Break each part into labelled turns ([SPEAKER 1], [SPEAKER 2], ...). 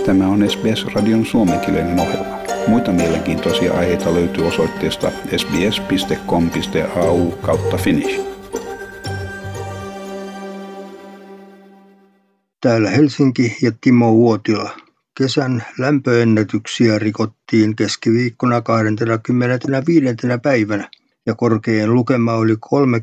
[SPEAKER 1] Tämä on SBS-radion suomenkielinen ohjelma. Muita mielenkiintoisia aiheita löytyy osoitteesta sbs.com.au/finnish.
[SPEAKER 2] Täällä Helsinki ja Timo Uotila. Kesän lämpöennätyksiä rikottiin keskiviikkona 25. päivänä ja korkein lukema oli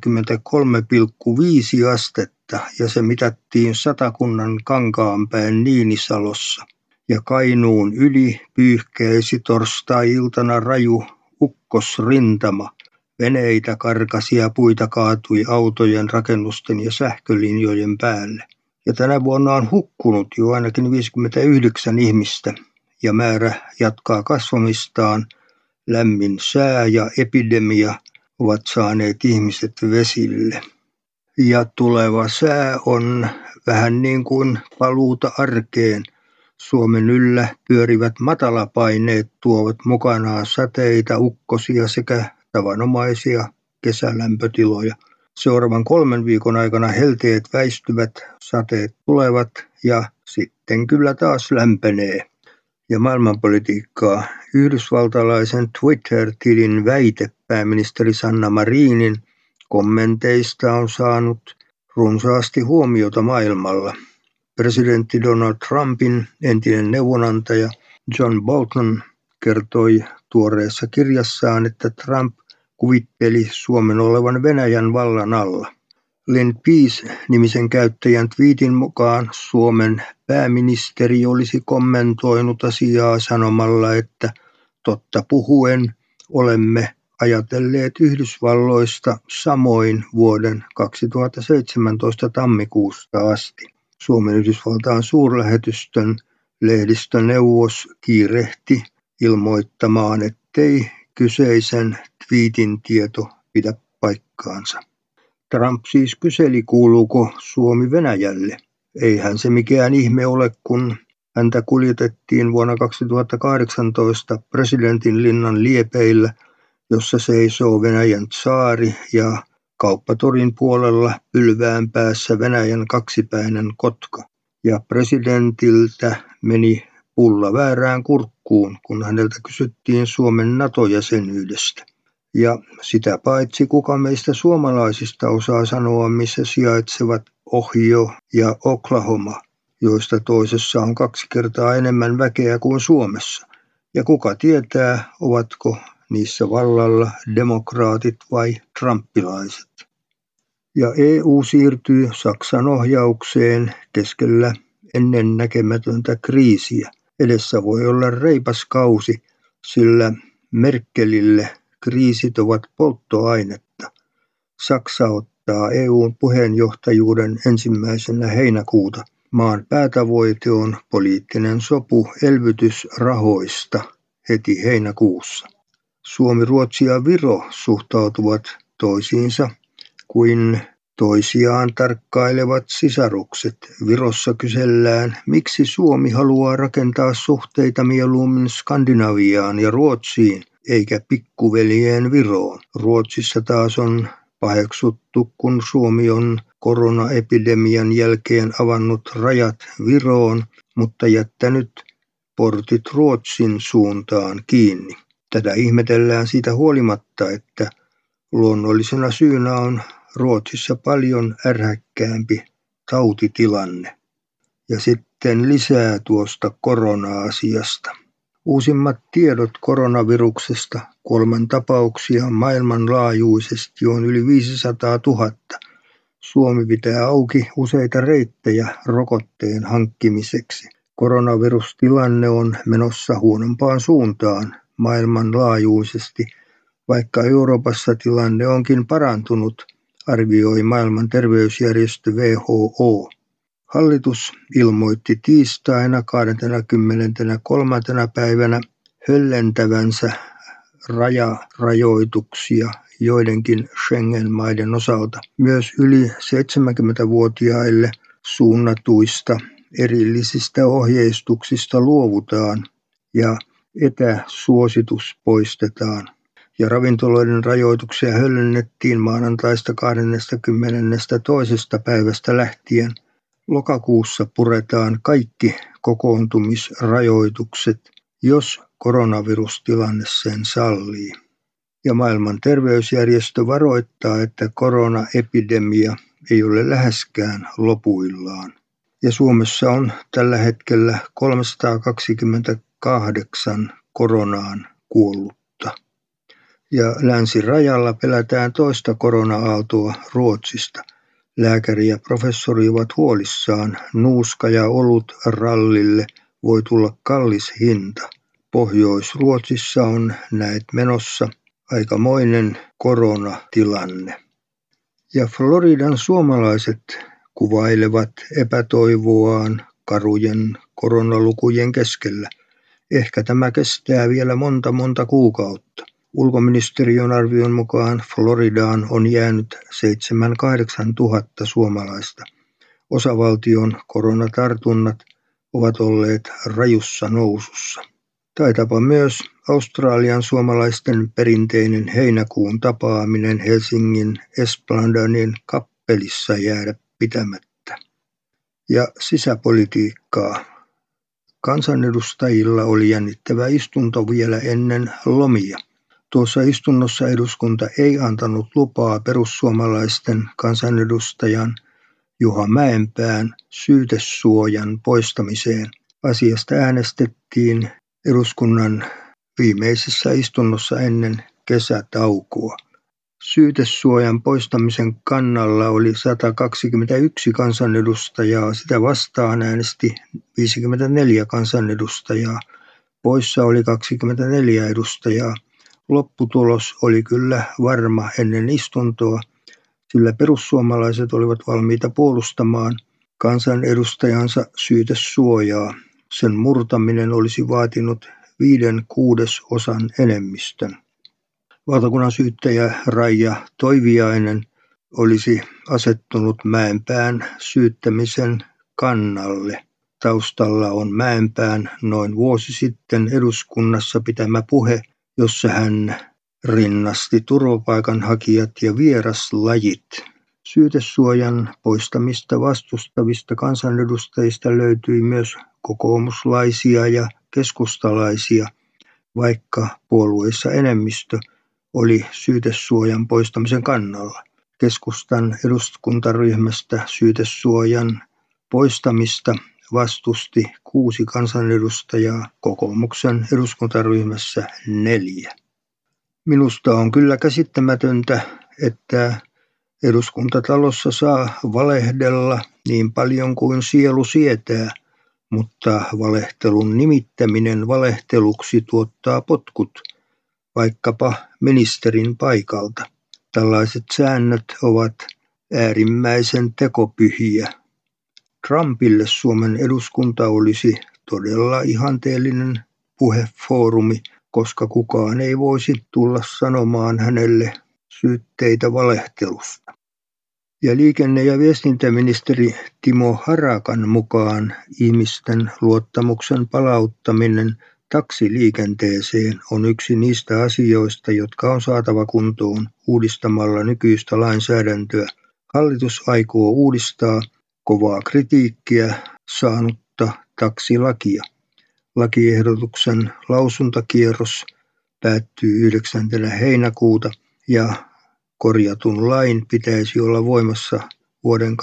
[SPEAKER 2] 33,5 astetta ja se mitattiin Satakunnan Kankaanpään Niinisalossa. Ja Kainuun yli pyyhkäisi torstai-iltana raju ukkosrintama. Veneitä karkasi ja puita kaatui autojen, rakennusten ja sähkölinjojen päälle. Ja tänä vuonna on hukkunut jo ainakin 59 ihmistä ja määrä jatkaa kasvamistaan. Lämmin sää ja epidemia ovat saaneet ihmiset vesille. Ja tuleva sää on vähän niin kuin paluuta arkeen. Suomen yllä pyörivät matalapaineet tuovat mukanaan sateita, ukkosia sekä tavanomaisia kesälämpötiloja. Seuraavan 3 viikon aikana helteet väistyvät, sateet tulevat ja sitten kyllä taas lämpenee. Ja maailmanpolitiikkaa. Yhdysvaltalaisen Twitter-tilin väite pääministeri Sanna Marinin kommenteista on saanut runsaasti huomiota maailmalla. Presidentti Donald Trumpin entinen neuvonantaja John Bolton kertoi tuoreessa kirjassaan, että Trump kuvitteli Suomen olevan Venäjän vallan alla. Lynn Peace-nimisen käyttäjän twiitin mukaan Suomen pääministeri olisi kommentoinut asiaa sanomalla, että totta puhuen olemme ajatelleet Yhdysvalloista samoin vuoden 2017 tammikuusta asti. Suomen Yhdysvaltain suurlähetystön lehdistöneuvos kiirehti ilmoittamaan, ettei kyseisen twiitin tieto pidä paikkaansa. Trump siis kyseli, kuuluuko Suomi Venäjälle. Eihän se mikään ihme ole, kun häntä kuljetettiin vuonna 2018 presidentin linnan liepeillä, jossa seisoo Venäjän tsaari ja kauppatorin puolella pylvään päässä Venäjän kaksipäinen kotka. Ja presidentiltä meni pulla väärään kurkkuun, kun häneltä kysyttiin Suomen NATO-jäsenyydestä. Ja sitä paitsi kuka meistä suomalaisista osaa sanoa, missä sijaitsevat Ohio ja Oklahoma, joista toisessa on 2 kertaa enemmän väkeä kuin Suomessa. Ja kuka tietää, ovatko niissä vallalla demokraatit vai trumpilaiset. Ja EU siirtyy Saksan ohjaukseen keskellä ennennäkemätöntä kriisiä. Edessä voi olla reipas kausi, sillä Merkelille kriisit ovat polttoainetta. Saksa ottaa EUn puheenjohtajuuden 1. heinäkuuta. Maan päätavoite on poliittinen sopu elvytysrahoista heti heinäkuussa. Suomi, Ruotsi ja Viro suhtautuvat toisiinsa kuin toisiaan tarkkailevat sisarukset. Virossa kysellään, miksi Suomi haluaa rakentaa suhteita mieluummin Skandinaviaan ja Ruotsiin, eikä pikkuveljeen Viroon. Ruotsissa taas on paheksuttu, kun Suomi on koronaepidemian jälkeen avannut rajat Viroon, mutta jättänyt portit Ruotsin suuntaan kiinni. Tätä ihmetellään siitä huolimatta, että luonnollisena syynä on Ruotsissa paljon ärhäkkäämpi tautitilanne. Ja sitten lisää tuosta korona-asiasta. Uusimmat tiedot koronaviruksesta, kuolemantapauksia maailmanlaajuisesti on yli 500 000. Suomi pitää auki useita reittejä rokotteen hankkimiseksi. Koronavirustilanne on menossa huonompaan suuntaan maailmanlaajuisesti, vaikka Euroopassa tilanne onkin parantunut, arvioi maailman terveysjärjestö WHO. Hallitus ilmoitti tiistaina 23. päivänä höllentävänsä rajarajoituksia joidenkin Schengen-maiden osalta. Myös yli 70-vuotiaille suunnatuista erillisistä ohjeistuksista luovutaan ja etäsuositus poistetaan. Ja ravintoloiden rajoituksia höllennettiin maanantaista 22. päivästä lähtien. Lokakuussa puretaan kaikki kokoontumisrajoitukset, jos koronavirustilanne sen sallii. Ja maailman terveysjärjestö varoittaa, että koronaepidemia ei ole läheskään lopuillaan. Ja Suomessa on tällä hetkellä 328 koronaan kuollutta. Ja länsirajalla pelätään toista korona-aaltoa Ruotsista. Lääkäri ja professori ovat huolissaan. Nuuska ja olut rallille voi tulla kallis hinta. Pohjois-Ruotsissa on näet menossa aikamoinen koronatilanne. Ja Floridan suomalaiset kuvailevat epätoivoaan karujen koronalukujen keskellä. Ehkä tämä kestää vielä monta kuukautta. Ulkoministeriön arvion mukaan Floridaan on jäänyt 7 000–8 000 suomalaista. Osavaltion koronatartunnat ovat olleet rajussa nousussa. Taitapa myös Australian suomalaisten perinteinen heinäkuun tapaaminen Helsingin Esplanaden kappelissa jäädä pitämättä. Ja sisäpolitiikkaa. Kansanedustajilla oli jännittävä istunto vielä ennen lomia. Tuossa istunnossa eduskunta ei antanut lupaa perussuomalaisten kansanedustajan Juha Mäenpään syytesuojan poistamiseen. Asiasta äänestettiin eduskunnan viimeisessä istunnossa ennen kesätaukoa. Syytesuojan poistamisen kannalla oli 121 kansanedustajaa, sitä vastaan äänesti 54 kansanedustajaa, poissa oli 24 edustajaa. Lopputulos oli kyllä varma ennen istuntoa, sillä perussuomalaiset olivat valmiita puolustamaan kansanedustajansa syytesuojaa. Sen murtaminen olisi vaatinut 5/6 enemmistön. Valtakunnan syyttäjä Raija Toiviainen olisi asettunut Mäenpään syyttämisen kannalle. Taustalla on Mäenpään noin vuosi sitten eduskunnassa pitämä puhe, jossa hän rinnasti turvapaikanhakijat ja vieraslajit. Syytesuojan poistamista vastustavista kansanedustajista löytyi myös kokoomuslaisia ja keskustalaisia, vaikka puolueissa enemmistö oli syytesuojan poistamisen kannalla. Keskustan eduskuntaryhmästä syytesuojan poistamista vastusti 6 kansanedustajaa, kokoomuksen eduskuntaryhmässä 4. Minusta on kyllä käsittämätöntä, että eduskuntatalossa saa valehdella niin paljon kuin sielu sietää, mutta valehtelun nimittäminen valehteluksi tuottaa potkut, vaikkapa ministerin paikalta. Tällaiset säännöt ovat äärimmäisen tekopyhiä. Trumpille Suomen eduskunta olisi todella ihanteellinen puhefoorumi, koska kukaan ei voisi tulla sanomaan hänelle syytteitä valehtelusta. Ja liikenne- ja viestintäministeri Timo Harakan mukaan ihmisten luottamuksen palauttaminen taksiliikenteeseen on yksi niistä asioista, jotka on saatava kuntoon uudistamalla nykyistä lainsäädäntöä. Hallitus aikoo uudistaa kovaa kritiikkiä saanutta taksilakia. Lakiehdotuksen lausuntakierros päättyy 9. heinäkuuta ja korjatun lain pitäisi olla voimassa vuoden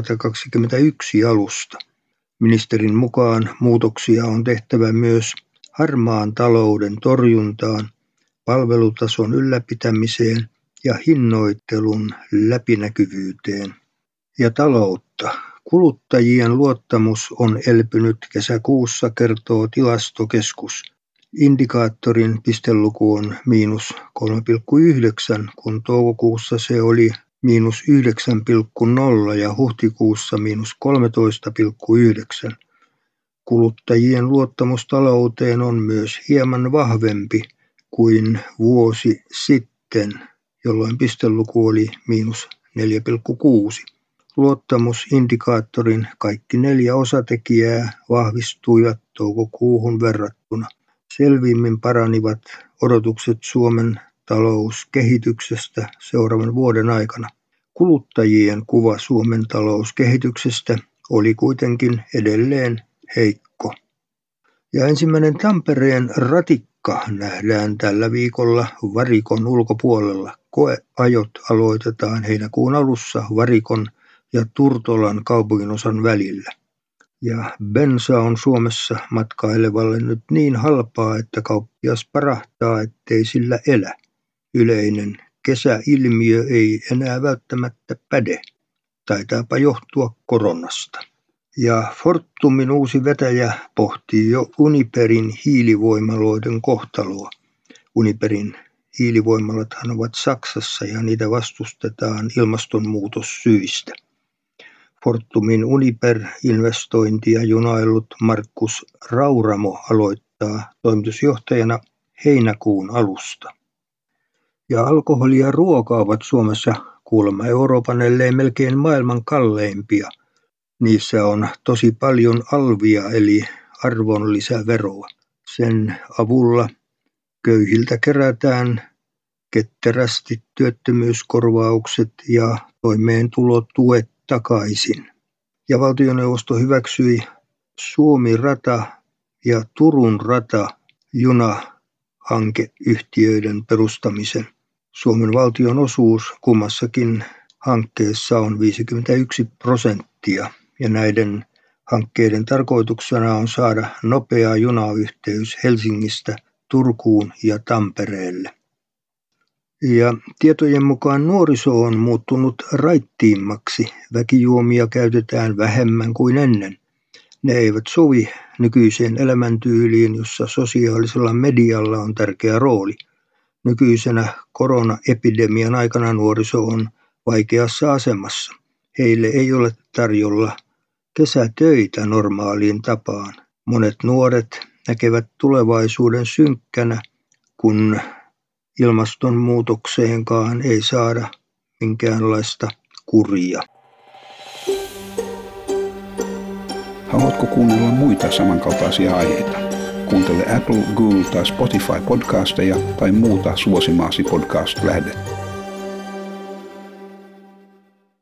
[SPEAKER 2] 2021 alusta. Ministerin mukaan muutoksia on tehtävä myös harmaan talouden torjuntaan, palvelutason ylläpitämiseen ja hinnoittelun läpinäkyvyyteen. Ja taloutta. Kuluttajien luottamus on elpynyt kesäkuussa, kertoo Tilastokeskus. Indikaattorin pisteluku on -3,9, kun toukokuussa se oli -9,0 ja huhtikuussa -13,9. Kuluttajien luottamus talouteen on myös hieman vahvempi kuin vuosi sitten, jolloin pisteluku oli -4,6. Luottamusindikaattorin kaikki 4 osatekijää vahvistuivat toukokuuhun verrattuna. Selvimmin paranivat odotukset Suomen talouskehityksestä seuraavan vuoden aikana. Kuluttajien kuva Suomen talouskehityksestä oli kuitenkin edelleen heikko. Ja ensimmäinen Tampereen ratikka nähdään tällä viikolla Varikon ulkopuolella. Koeajot aloitetaan heinäkuun alussa Varikon ja Turtolan kaupunginosan välillä. Ja bensa on Suomessa matkailevalle nyt niin halpaa, että kauppias parahtaa, ettei sillä elä. Yleinen kesäilmiö ei enää välttämättä päde. Taitaapa johtua koronasta. Ja Fortumin uusi vetäjä pohtii jo Uniperin hiilivoimaloiden kohtaloa. Uniperin hiilivoimalathan ovat Saksassa ja niitä vastustetaan ilmastonmuutossyistä. Fortumin Uniper-investointia junaillut Markus Rauramo aloittaa toimitusjohtajana heinäkuun alusta. Ja alkoholi ja ruoka ovat Suomessa kuulemma Euroopan ellei melkein maailman kalleimpia. Niissä on tosi paljon alvia eli arvonlisäveroa. Sen avulla köyhiltä kerätään ketterästi työttömyyskorvaukset ja toimeentulotuet takaisin. Ja valtioneuvosto hyväksyi Suomi-rata ja Turun rata junahankeyhtiöiden perustamisen. Suomen valtion osuus kummassakin hankkeessa on 51%, ja näiden hankkeiden tarkoituksena on saada nopea junayhteys Helsingistä Turkuun ja Tampereelle. Ja tietojen mukaan nuoriso on muuttunut raittiimmaksi. Väkijuomia käytetään vähemmän kuin ennen. Ne eivät sovi nykyiseen elämäntyyliin, jossa sosiaalisella medialla on tärkeä rooli. Nykyisenä koronaepidemian aikana nuoriso on vaikeassa asemassa. Heille ei ole tarjolla kesätöitä normaaliin tapaan. Monet nuoret näkevät tulevaisuuden synkkänä, kun ilmastonmuutokseenkaan ei saada minkäänlaista kuria.
[SPEAKER 1] Haluatko kuunnella muita samankaltaisia aiheita? Kuuntele Apple, Google tai Spotify podcasteja tai muuta suosimaasi podcast-lähdettä.